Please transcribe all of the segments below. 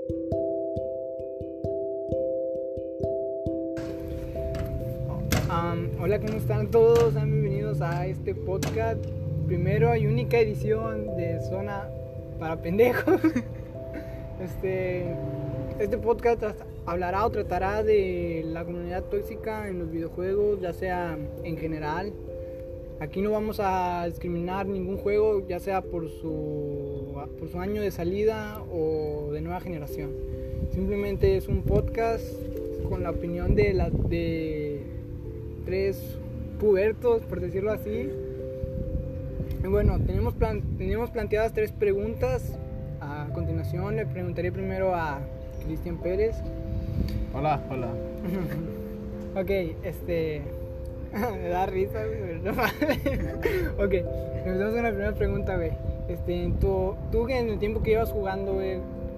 Hola, ¿cómo están todos? Sean bienvenidos a este podcast, primero y única edición de Zona para Pendejos. Este podcast hablará o tratará de la comunidad tóxica en los videojuegos, ya sea en general. Aquí no vamos a discriminar ningún juego, ya sea por su año de salida o de nueva generación. Simplemente es un podcast con la opinión de tres pubertos, por decirlo así. Y bueno, tenemos planteadas tres preguntas. A continuación le preguntaré primero a Cristian Pérez. Hola. Ok, me da risa, güey. Ok, empezamos con la primera pregunta, güey. Tú en el tiempo que llevas jugando, güey,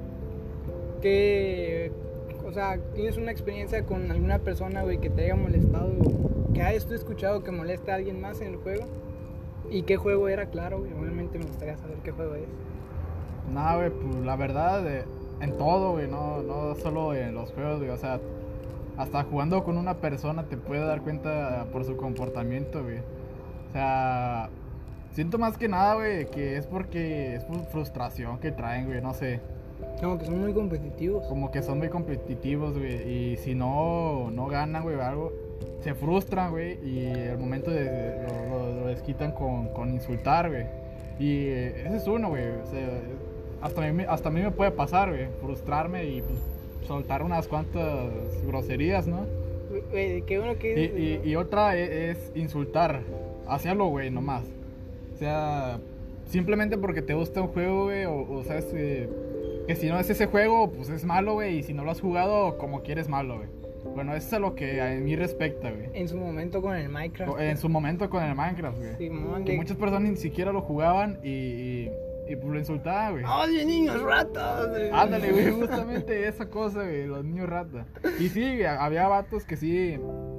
¿tienes una experiencia con alguna persona, güey, que te haya molestado, que hayas tú escuchado que moleste a alguien más en el juego? ¿Y qué juego era? Claro, güey, obviamente me gustaría saber qué juego es. Nah, güey, pues la verdad, en todo, güey, no solo en los juegos, güey, o sea, hasta jugando con una persona te puedes dar cuenta por su comportamiento, güey. O sea, siento más que nada, güey, que es porque es por frustración que traen, güey, no sé. Como que son muy competitivos. Como que son muy competitivos, güey, y si no ganan, güey, o algo, se frustran, güey, y al momento lo desquitan con insultar, güey. Y ese es uno, güey, o sea, hasta a mí me puede pasar, güey, frustrarme y pues, soltar unas cuantas groserías, ¿no? Güey, qué bueno que y otra es insultar, hacerlo, güey, nomás. O sea, simplemente porque te gusta un juego, güey, o sabes que si no es ese juego, pues es malo, güey, y si no lo has jugado, como quieres malo, güey. Bueno, eso es a lo que a mí respecta, güey. En su momento con el Minecraft. En su momento con el Minecraft, güey. Sí, que muchas personas ni siquiera lo jugaban y pues lo insultaban, güey. ¡Oye, niños ratas! Ándale, güey, justamente esa cosa, güey, los niños ratas. Y sí, había vatos que sí,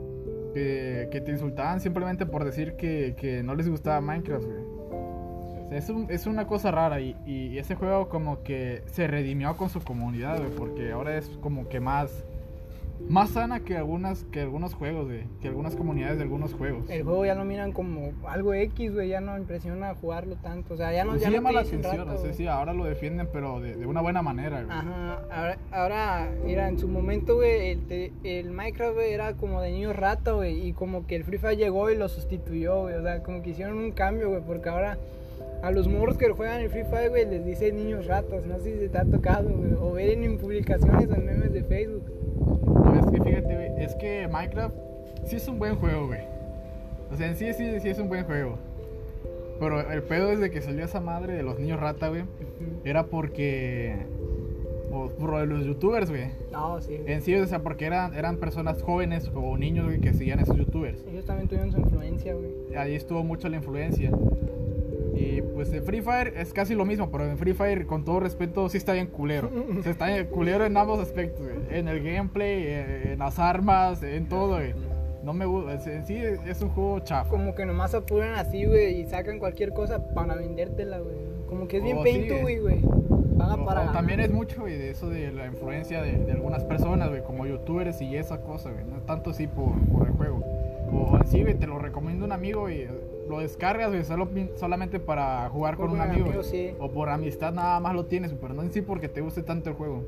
que te insultaban simplemente por decir que no les gustaba Minecraft, güey. O sea, es una cosa rara y ese juego como que se redimió con su comunidad, güey, porque ahora es como que más sana que algunos juegos, güey, que algunas comunidades de algunos juegos. El juego ya lo miran como algo X, güey, ya no impresiona jugarlo tanto, o sea, ya no pues ya sí no llama la dicen atención, rato, no sé si ahora lo defienden, pero de una buena manera, güey. Ajá, ahora, mira, en su momento, güey, el Minecraft, güey, era como de niños rata, güey, y como que el Free Fire llegó y lo sustituyó, güey, o sea, como que hicieron un cambio, güey, porque ahora a los morros que juegan el Free Fire, güey, les dicen niños ratas, no sé si se te ha tocado, güey, o ven en publicaciones o en memes de Facebook. No, es que fíjate, güey, es que Minecraft sí es un buen juego, güey. O sea, en sí es un buen juego. Pero el pedo desde que salió esa madre de los niños rata, güey, era porque por los youtubers, güey. No, sí. En sí, o sea, porque eran personas jóvenes o niños, güey, que seguían a esos youtubers. Ellos también tuvieron su influencia, güey. Ahí estuvo mucho la influencia. Y pues en Free Fire es casi lo mismo, pero en Free Fire, con todo respeto, sí está bien culero. O sea, está bien culero en ambos aspectos, güey. En el gameplay, en las armas, en todo, güey. No me gusta, en sí es un juego chafa. Como que nomás apuran así, güey, y sacan cualquier cosa para vendértela, güey. Como que es bien pain to win, güey. Paga para también es mucho, güey, de eso de la influencia de algunas personas, güey, como youtubers y esa cosa, güey. No tanto así por el juego. O en sí, güey, te lo recomiendo un amigo y lo descargas, güey, solamente para jugar con un amigo, sí. O por amistad nada más lo tienes, pero no en sí porque te guste tanto el juego.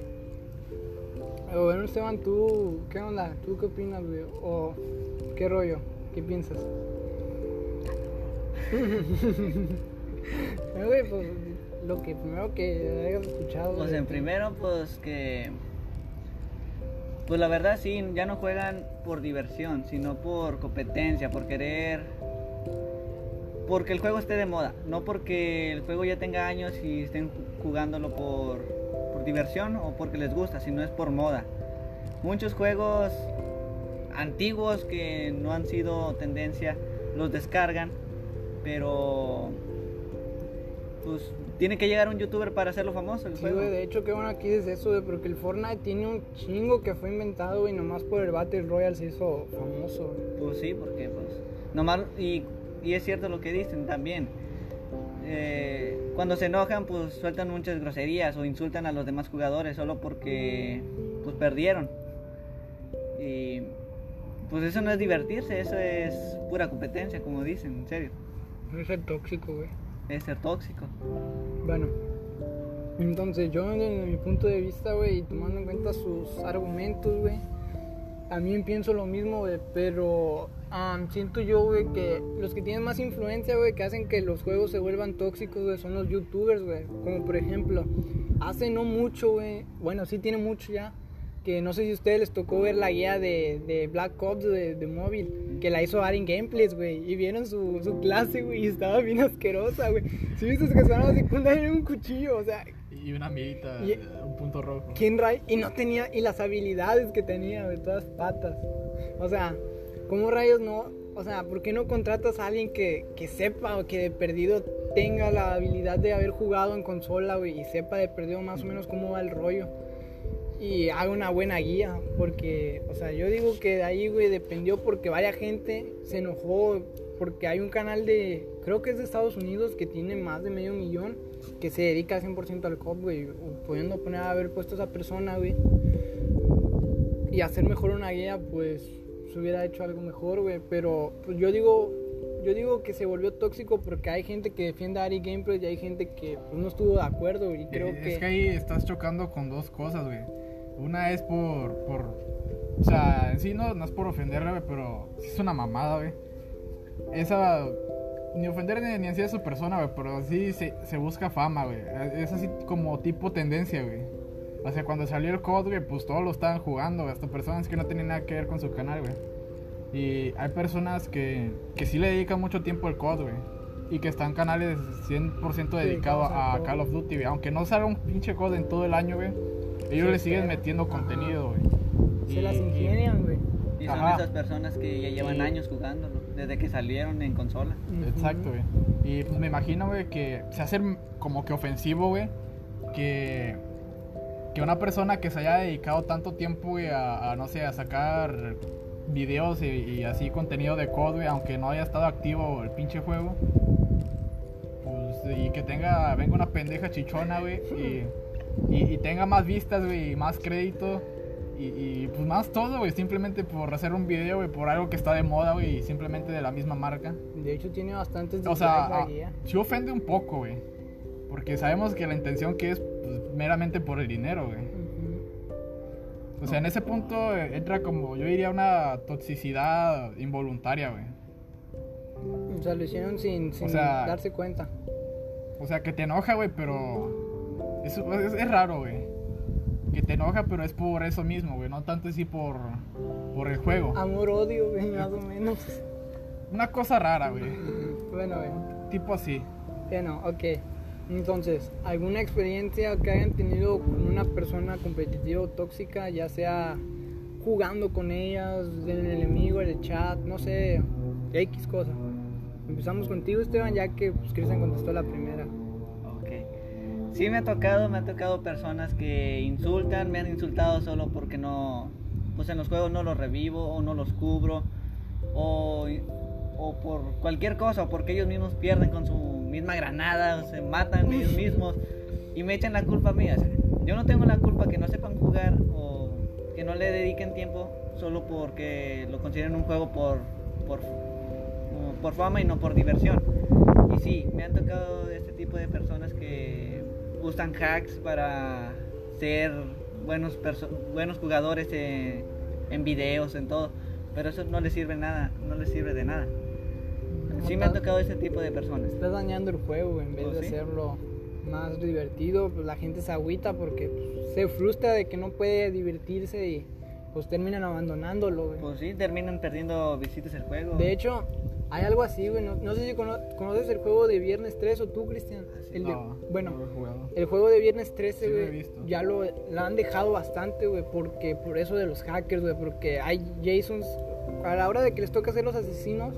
Bueno, Esteban, ¿tú qué onda? ¿Tú qué opinas, güey? ¿O qué rollo? ¿Qué piensas? Güey, pues lo que primero que hayas escuchado. Pues en primero, pues que... Pues la verdad sí, ya no juegan por diversión, sino por competencia, por querer... Porque el juego esté de moda, no porque el juego ya tenga años y estén jugándolo por diversión o porque les gusta, sino es por moda. Muchos juegos antiguos que no han sido tendencia los descargan, pero pues tiene que llegar un youtuber para hacerlo famoso el sí, juego. Güey, de hecho, qué bueno aquí es eso, güey, porque el Fortnite tiene un chingo que fue inventado, güey, nomás por el Battle Royale se hizo famoso, güey. Pues sí, porque pues nomás, y es cierto lo que dicen también. cuando se enojan, pues sueltan muchas groserías o insultan a los demás jugadores solo porque pues perdieron. Y pues eso no es divertirse, eso es pura competencia, como dicen, en serio. Es ser tóxico, güey. Es ser tóxico. Bueno, entonces yo desde mi punto de vista, güey, y tomando en cuenta sus argumentos, güey, a mí pienso lo mismo, güey, pero siento yo, güey, que los que tienen más influencia, güey, que hacen que los juegos se vuelvan tóxicos, güey, son los youtubers, güey. Como por ejemplo, hace no mucho, güey, bueno, sí tiene mucho ya, que no sé si a ustedes les tocó ver la guía de Black Ops de móvil, que la hizo Arin Gameplays, güey, y vieron su clase, güey, y estaba bien asquerosa, güey. Si viste que estaban a secundaria en un cuchillo, o sea... Y una mirita, un punto rojo. Y no tenía, y las habilidades que tenía, de todas patas. O sea, ¿cómo rayos no? O sea, ¿por qué no contratas a alguien que sepa o que de perdido tenga la habilidad de haber jugado en consola, güey, y sepa de perdido más o menos cómo va el rollo? Y haga una buena guía, porque, o sea, yo digo que de ahí, güey, dependió porque varias gente se enojó, porque hay un canal creo que es de Estados Unidos, que tiene más de 500,000, que se dedica 100% al COD, güey, pudiendo poner a haber puesto a esa persona, güey, y hacer mejor una guía, pues, se hubiera hecho algo mejor, güey, pero, pues, yo digo que se volvió tóxico porque hay gente que defiende a Ari Gameplay y hay gente que, pues, no estuvo de acuerdo, y creo que... Es que ahí estás chocando con dos cosas, güey. Una es por o sea, en sí no es por ofenderla, güey, pero sí es una mamada, güey. Esa, ni ofender ni en sí a su persona, güey, pero sí se busca fama, güey. Es así como tipo tendencia, güey. O sea, cuando salió el COD, güey, pues todos lo estaban jugando, güey, hasta personas que no tienen nada que ver con su canal, güey. Y hay personas que sí le dedican mucho tiempo al COD, güey, y que están canales 100% dedicados a Call of Duty, güey. Aunque no salga un pinche COD en todo el año, güey, ellos le siguen metiendo contenido, güey. Se las ingenian, güey. Y son esas personas que ya llevan años jugándolo, desde que salieron en consola. Exacto, güey. Y pues me imagino, güey, que se hace como que ofensivo, güey, que una persona que se haya dedicado tanto tiempo, güey, a no sé, a sacar videos y así contenido de COD, güey, aunque no haya estado activo el pinche juego, pues, y que venga una pendeja chichona, güey, y tenga más vistas, güey, y más crédito, y pues más todo, güey, simplemente por hacer un video, güey, por algo que está de moda, güey, y simplemente de la misma marca. De hecho tiene bastantes dislikes, o sea, sí ofende un poco, güey, porque sabemos que la intención que es, pues, meramente por el dinero, güey. O sea, en ese punto entra como, yo diría, una toxicidad involuntaria, güey. O sea, lo hicieron sin darse cuenta. O sea, que te enoja, güey, pero... Es raro, güey. Que te enoja, pero es por eso mismo, güey. No tanto así por el juego. Amor-odio, güey, más o menos. Una cosa rara, güey. Bueno, güey. Tipo así. Bueno, ok. Entonces, ¿alguna experiencia que hayan tenido con una persona competitiva o tóxica, ya sea jugando con ellas, en el enemigo, en el chat, no sé, X cosa? Empezamos contigo, Esteban, ya que pues, Cristian contestó la primera. Ok. Sí, me ha tocado personas que insultan, me han insultado solo porque no, pues en los juegos no los revivo o no los cubro, o por cualquier cosa, o porque ellos mismos pierden con su misma granada, o se matan ellos mismos y me echan la culpa a mí. O sea, yo no tengo la culpa que no sepan jugar o que no le dediquen tiempo solo porque lo consideren un juego por fama y no por diversión. Y sí, me han tocado este tipo de personas que usan hacks para ser buenos jugadores en videos, en todo, pero eso no les sirve de nada. Sí me ha tocado ese tipo de personas. Estás dañando el juego en vez de hacerlo más divertido. Pues la gente se agüita porque pues, se frustra de que no puede divertirse y pues terminan abandonándolo, güey. Pues sí, terminan perdiendo visitas el juego. De hecho, hay algo así, güey. No sé si conoces el juego de Viernes 3 o tú, Cristian. Bueno, el juego de Viernes 13, güey, ya lo han dejado bastante, güey, porque por eso de los hackers, güey, porque hay Jasons a la hora de que les toca hacer los asesinos.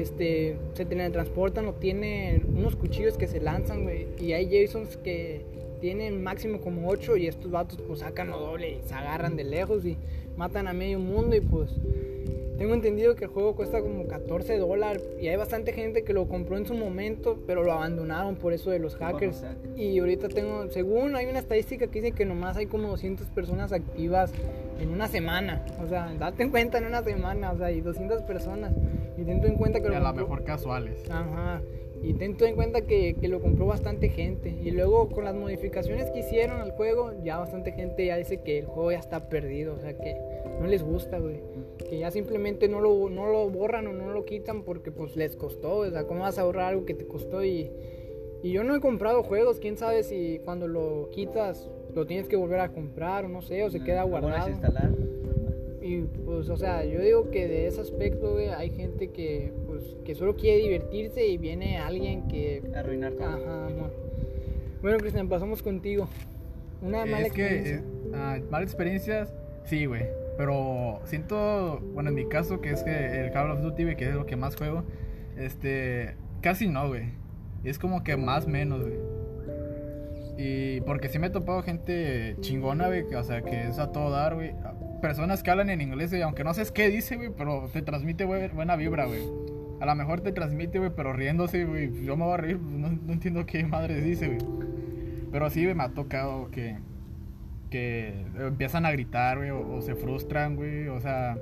Se teletransportan o tienen unos cuchillos que se lanzan, güey. Y hay Jasons que tienen máximo como 8 y estos vatos pues sacan lo doble y se agarran de lejos y matan a medio mundo y pues tengo entendido que el juego cuesta como $14 y hay bastante gente que lo compró en su momento pero lo abandonaron por eso de los hackers. Y ahorita según hay una estadística que dice que nomás hay como 200 personas activas en una semana, o sea, date en cuenta en una semana, o sea, hay 200 personas y ten en cuenta que a lo mejor casuales. Ajá. Y ten en cuenta que lo compró bastante gente. Y luego con las modificaciones que hicieron al juego, ya bastante gente ya dice que el juego ya está perdido. O sea que no les gusta, güey. Que ya simplemente no lo borran o no lo quitan porque pues les costó. O sea, ¿cómo vas a ahorrar algo que te costó? Y yo no he comprado juegos. Quién sabe si cuando lo quitas lo tienes que volver a comprar o no sé, o se queda guardado. Instalar. Y pues, o sea, yo digo que de ese aspecto, güey, hay gente que, pues, que solo quiere divertirse y viene alguien que... arruinar todo. Ajá, no. Bueno, Cristian, pasamos contigo. Una mala experiencia. Malas experiencias, sí, güey. Pero siento, bueno, en mi caso, que es que el Call of Duty, güey, que es lo que más juego, casi no, güey. Es como que más menos, güey. Y porque sí me he topado gente chingona, güey, o sea, que es a todo dar, güey. Personas que hablan en inglés, güey, aunque no sabes qué dice, güey, pero te transmite, güey, buena vibra, güey. A lo mejor te transmite, güey, pero riéndose, güey, yo me voy a reír, pues, no entiendo qué madre dice, güey. Pero sí, güey, me ha tocado que empiezan a gritar, güey, o se frustran, güey, o sea,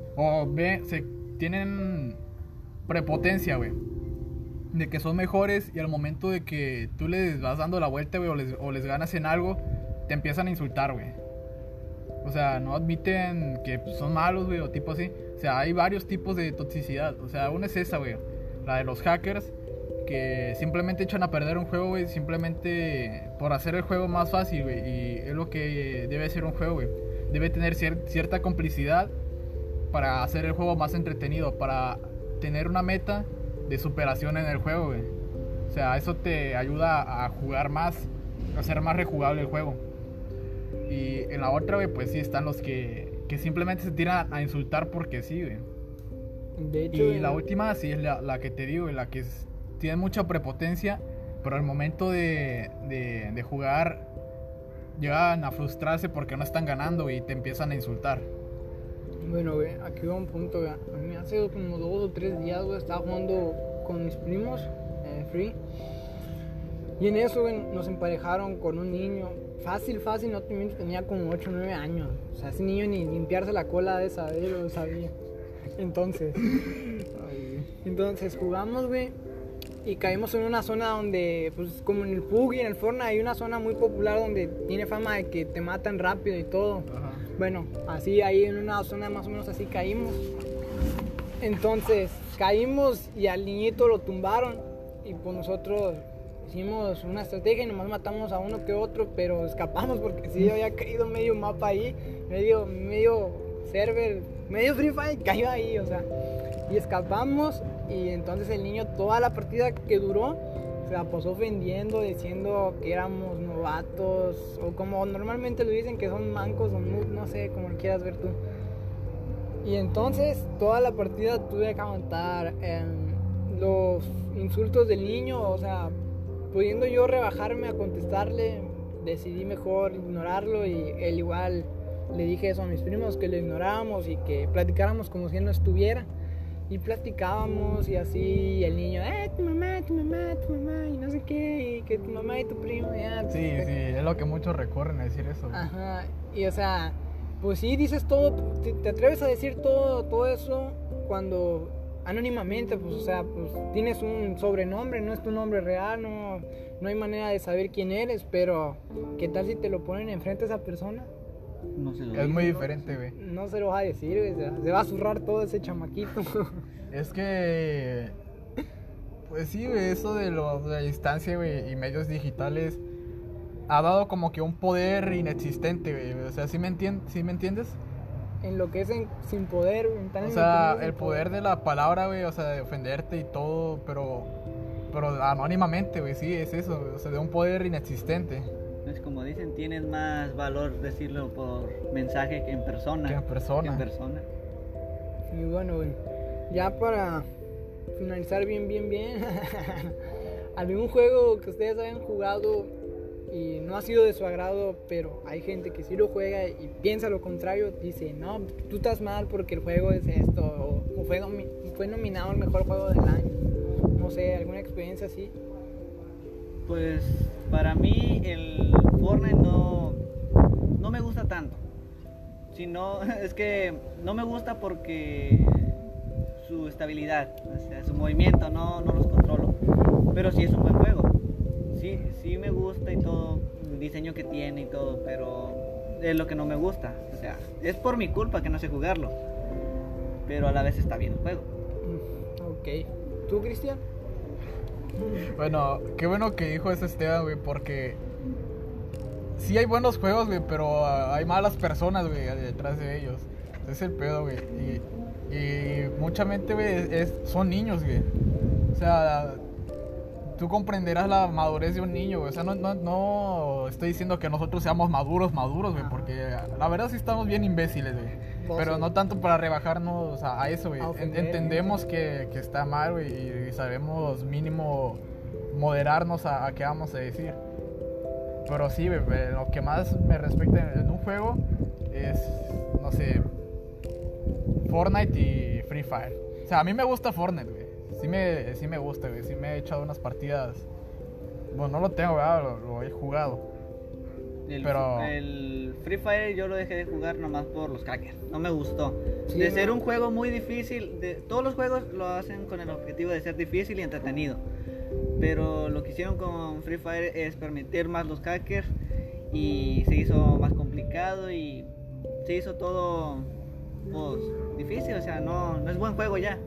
tienen prepotencia, güey, de que son mejores y al momento de que tú les vas dando la vuelta, güey, o les ganas en algo, te empiezan a insultar, güey. O sea, no admiten que son malos, güey, o tipo así. O sea, hay varios tipos de toxicidad. O sea, una es esa, güey, la de los hackers, que simplemente echan a perder un juego, güey, simplemente por hacer el juego más fácil, güey. Y es lo que debe ser un juego, güey. Debe tener cierta complicidad para hacer el juego más entretenido, para tener una meta de superación en el juego, güey. O sea, eso te ayuda a jugar más, a hacer más rejugable el juego. Y en la otra, güey, pues sí están los que simplemente se tiran a insultar porque sí, güey. De hecho, y la última sí es la que te digo, güey, la que tiene mucha prepotencia, pero al momento de jugar llegan a frustrarse porque no están ganando y te empiezan a insultar. Bueno, güey, aquí va un punto, güey. A mí hace como 2 o 3 días, güey, estaba jugando con mis primos, Free. Y en eso, güey, nos emparejaron con un niño. Fácil, no te miento, tenía como 8 o 9 años. O sea, ese niño ni limpiarse la cola de saber, lo sabía. Entonces jugamos, güey. Y caímos en una zona donde, pues como en el PUBG y en el Fortnite, hay una zona muy popular donde tiene fama de que te matan rápido y todo. Ajá. Bueno, así ahí en una zona más o menos así caímos. Entonces caímos y al niñito lo tumbaron. Y pues nosotros hicimos una estrategia y nomás matamos a uno que otro, pero escapamos porque sí había caído medio mapa ahí, medio server, medio Free Fire cayó ahí, o sea, y escapamos. Y entonces el niño toda la partida que duró se la pasó ofendiendo, diciendo que éramos novatos, o como normalmente lo dicen, que son mancos o no sé, como lo quieras ver tú. Y entonces toda la partida tuve que aguantar los insultos del niño, o sea, pudiendo yo rebajarme a contestarle, decidí mejor ignorarlo. Y él igual le dije eso a mis primos, que lo ignoráramos y que platicáramos como si él no estuviera. Y platicábamos y así, y el niño, tu mamá, y no sé qué, y que tu mamá y tu primo, ya. Sí, es lo que muchos recorren a decir eso. Ajá, y o sea, pues sí dices todo, te atreves a decir todo eso cuando anónimamente, pues, o sea, pues tienes un sobrenombre, no es tu nombre real, no hay manera de saber quién eres, pero ¿qué tal si te lo ponen enfrente a esa persona? No se lo Es digo. muy diferente, güey. No se lo va a decir, güey, se va a zurrar todo ese chamaquito. Es que, pues sí, güey, eso de la distancia, güey, y medios digitales ha dado como que un poder inexistente, güey. O sea, ¿sí me entiendes? En lo que es sin poder, O sea, el poder de la palabra, güey, o sea, de ofenderte y todo, pero anónimamente, güey, sí, es eso, o sea, de un poder inexistente. Es como dicen, tienes más valor decirlo por mensaje que en persona. Y bueno, güey, ya para finalizar bien, ¿algún juego que ustedes hayan jugado y no ha sido de su agrado, pero hay gente que sí lo juega y piensa lo contrario, dice, no, tú estás mal porque el juego es esto, o fue nominado al mejor juego del año. No sé, alguna experiencia así. Pues para mí el Fortnite no me gusta tanto. Sino, es que no me gusta porque su estabilidad, o sea, su movimiento no los controlo. Pero sí es un buen juego. Sí me gusta y todo, el diseño que tiene y todo, pero es lo que no me gusta. O sea, es por mi culpa que no sé jugarlo. Pero a la vez está bien el juego. Ok. ¿Tú, Cristian? Bueno, qué bueno que dijo ese Esteban, güey, porque sí hay buenos juegos, güey, pero hay malas personas, güey, detrás de ellos. Ese es el pedo, güey. Y mucha mente, güey, son niños, güey. O sea, tú comprenderás la madurez de un niño, güey. O sea, no estoy diciendo que nosotros seamos maduros, güey, porque la verdad sí estamos bien imbéciles, güey. Pero no tanto para rebajarnos a eso, güey. Entendemos que está mal, güey, y sabemos mínimo moderarnos a qué vamos a decir. Pero sí, güey, lo que más me respecta en un juego es, no sé, Fortnite y Free Fire. O sea, a mí me gusta Fortnite, güey. Sí me gusta, güey. Sí me he echado unas partidas. Bueno, no lo tengo, ¿verdad? Lo he jugado. Pero el Free Fire yo lo dejé de jugar nomás por los hackers. No me gustó. Sí, de ser un juego muy difícil, todos los juegos lo hacen con el objetivo de ser difícil y entretenido. Pero lo que hicieron con Free Fire es permitir más los hackers y se hizo más complicado y se hizo todo pues difícil, o sea, no es buen juego ya.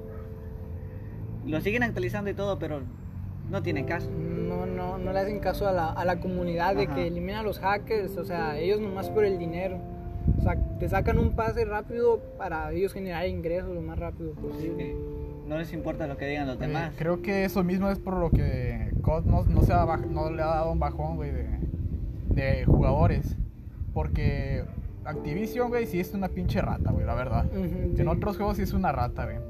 Lo siguen actualizando y todo, pero no tiene caso. No le hacen caso a la comunidad de que eliminan a los hackers, o sea, ellos nomás por el dinero. O sea, te sacan un pase rápido para ellos generar ingresos lo más rápido posible. Sí. No les importa lo que digan los demás. Creo que eso mismo es por lo que COD no le ha dado un bajón, güey, de jugadores. Porque Activision, güey, sí es una pinche rata, güey, la verdad. Sí. En otros juegos sí es una rata, güey.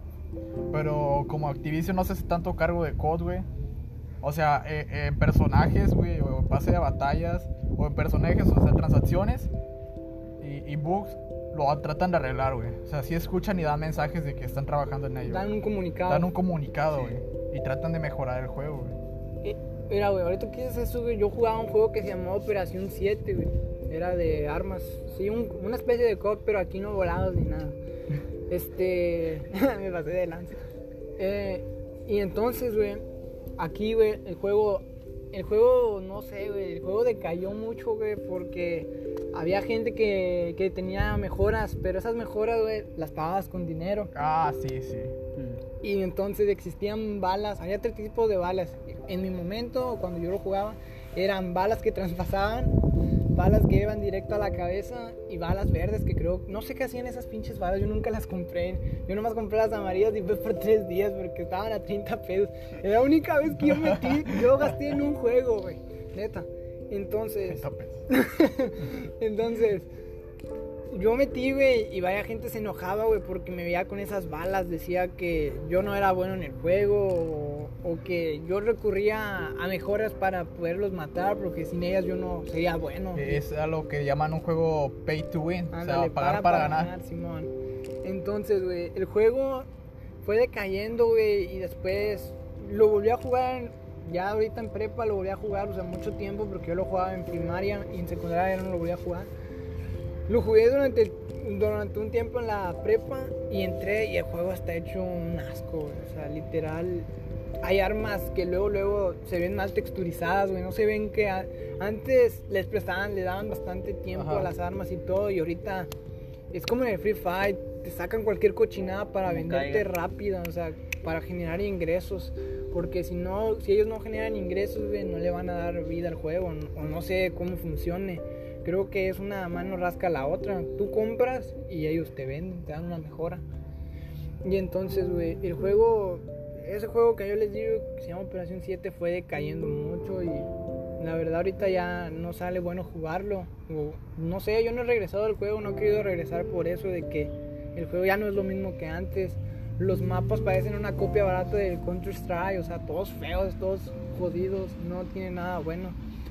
Pero como Activision no se hace tanto cargo de COD, güey. O sea, en personajes, güey, o en pase de batallas, o en personajes, o sea, transacciones y bugs, lo tratan de arreglar, güey. O sea, sí escuchan y dan mensajes de que están trabajando en ello. Dan un comunicado. Dan un comunicado, güey. Sí. Y tratan de mejorar el juego, güey. Mira, güey, ahorita que dices eso, güey, yo jugaba un juego que se llamaba Operación 7, güey. Era de armas. Sí, una especie de COD, pero aquí no volados ni nada. Me pasé de lanza. Y entonces, güey, aquí, güey, el juego, no sé, güey, el juego decayó mucho, güey, porque había gente que tenía mejoras, pero esas mejoras, güey, las pagabas con dinero. Ah, sí. Y entonces existían balas, había tres tipos de balas. En mi momento, cuando yo lo jugaba, eran balas que traspasaban, balas que iban directo a la cabeza y balas verdes que creo, no sé qué hacían esas pinches balas, yo nunca las compré. Yo nomás compré las amarillas y fue por 3 días porque estaban a 30 pesos. Era la única vez que yo gasté en un juego, güey, neta. Entonces, yo metí, güey, y vaya gente se enojaba, güey, porque me veía con esas balas, decía que yo no era bueno en el juego o que yo recurría a mejoras para poderlos matar porque sin ellas yo no sería bueno. Es a lo que llaman un juego pay to win. Ándale, o sea, pagar para ganar. Simón. Entonces, güey, el juego fue decayendo, güey, y después lo volví a jugar. Ya ahorita en prepa lo volví a jugar, o sea, mucho tiempo, porque yo lo jugaba en primaria y en secundaria ya no lo volví a jugar. Lo jugué durante un tiempo en la prepa y entré y el juego está hecho un asco, güey. O sea, literal, hay armas que luego se ven mal texturizadas, güey. No se ven que antes le daban bastante tiempo a las armas y todo, y ahorita es como en el Free Fire, te sacan cualquier cochinada para venderte rápido, o sea, para generar ingresos. Porque si ellos no generan ingresos, güey, no le van a dar vida al juego, o no sé cómo funcione. Creo que es una mano rasca a la otra. Tú compras y ellos te venden, te dan una mejora. Y entonces, güey, ese juego que yo les digo, que se llama Operación 7, fue decayendo mucho. Y la verdad ahorita ya no sale bueno jugarlo. O, no sé, yo no he regresado al juego, no he querido regresar por eso, de que el juego ya no es lo mismo que antes. Los mapas parecen una copia barata del Counter Strike, o sea, todos feos, todos jodidos, no tiene nada bueno.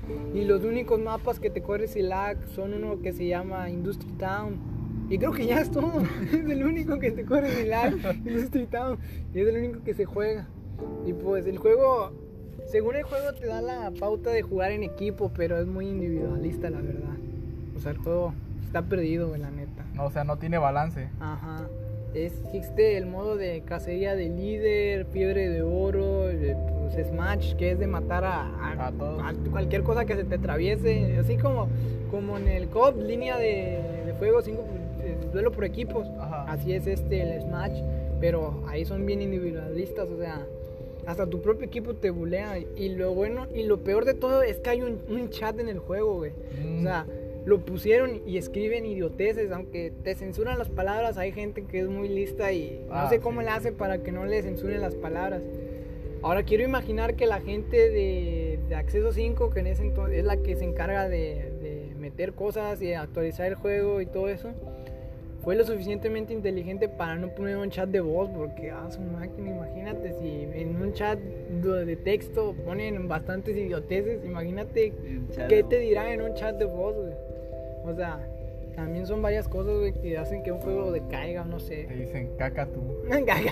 Y los únicos mapas que te corre sin lag son uno que se llama Industry Town. Y creo que ya es todo. Es el único que te corre sin lag, Industry Town. Y es el único que se juega. Y pues el juego, según el juego te da la pauta de jugar en equipo, pero es muy individualista, la verdad. O sea, el juego está perdido, la neta. No, o sea, no tiene balance. Ajá. Existe el modo de cacería de líder, fiebre de oro, pues Smash, que es de matar a todos. a cualquier cosa que se te atraviese. Así como en el COP, línea de fuego, duelo por equipos. Ajá. Así es el Smash. Pero ahí son bien individualistas, o sea, hasta tu propio equipo te bulea. Y lo bueno y lo peor de todo es que hay un chat en el juego, güey. O sea, lo pusieron y escriben idioteces, aunque te censuran las palabras. Hay gente que es muy lista y no sé cómo le hace para que no le censuren las palabras. Ahora quiero imaginar que la gente de Acceso 5, que en ese entonces es la que se encarga de meter cosas y actualizar el juego y todo eso, fue lo suficientemente inteligente para no poner un chat de voz, porque su máquina, imagínate si en un chat de texto ponen bastantes idioteces, imagínate qué te dirán en un chat de voz, güey. O sea, también son varias cosas, güey, que hacen que un juego decaiga, no sé. Te dicen caca tú. Caca.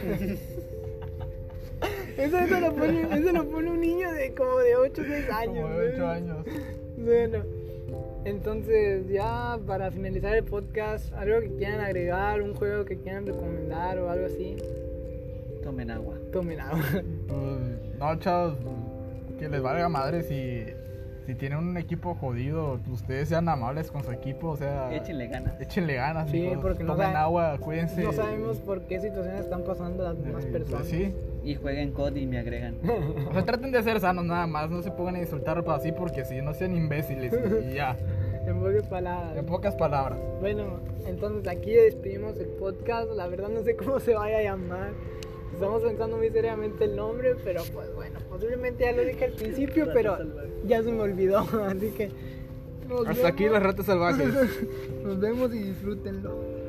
Eso lo pone un niño de como de 8 o 6 años. Como de 8 años. Bueno, entonces ya para finalizar el podcast, algo que quieran agregar, un juego que quieran recomendar o algo así. Tomen agua. Tomen agua. No, chavos, que les valga madre si tienen un equipo jodido, ustedes sean amables con su equipo, o sea, Échenle ganas. Échenle ganas, Sí, hijos. porque no Tomen saben- agua, cuídense. No sabemos por qué situaciones están pasando las demás Pues personas. sí. Y jueguen COD y me agregan. O sea, traten de ser sanos nada más, no se pongan a insultar así porque si no sean imbéciles y ya, En pocas palabras. en pocas palabras. Bueno, entonces aquí despedimos el podcast. La verdad no sé cómo se vaya a llamar. Estamos pensando muy seriamente el nombre, pero pues bueno, posiblemente ya lo dije al principio, pero ya se me olvidó. Así que nos Hasta aquí las ratas salvajes. Nos vemos y disfrútenlo.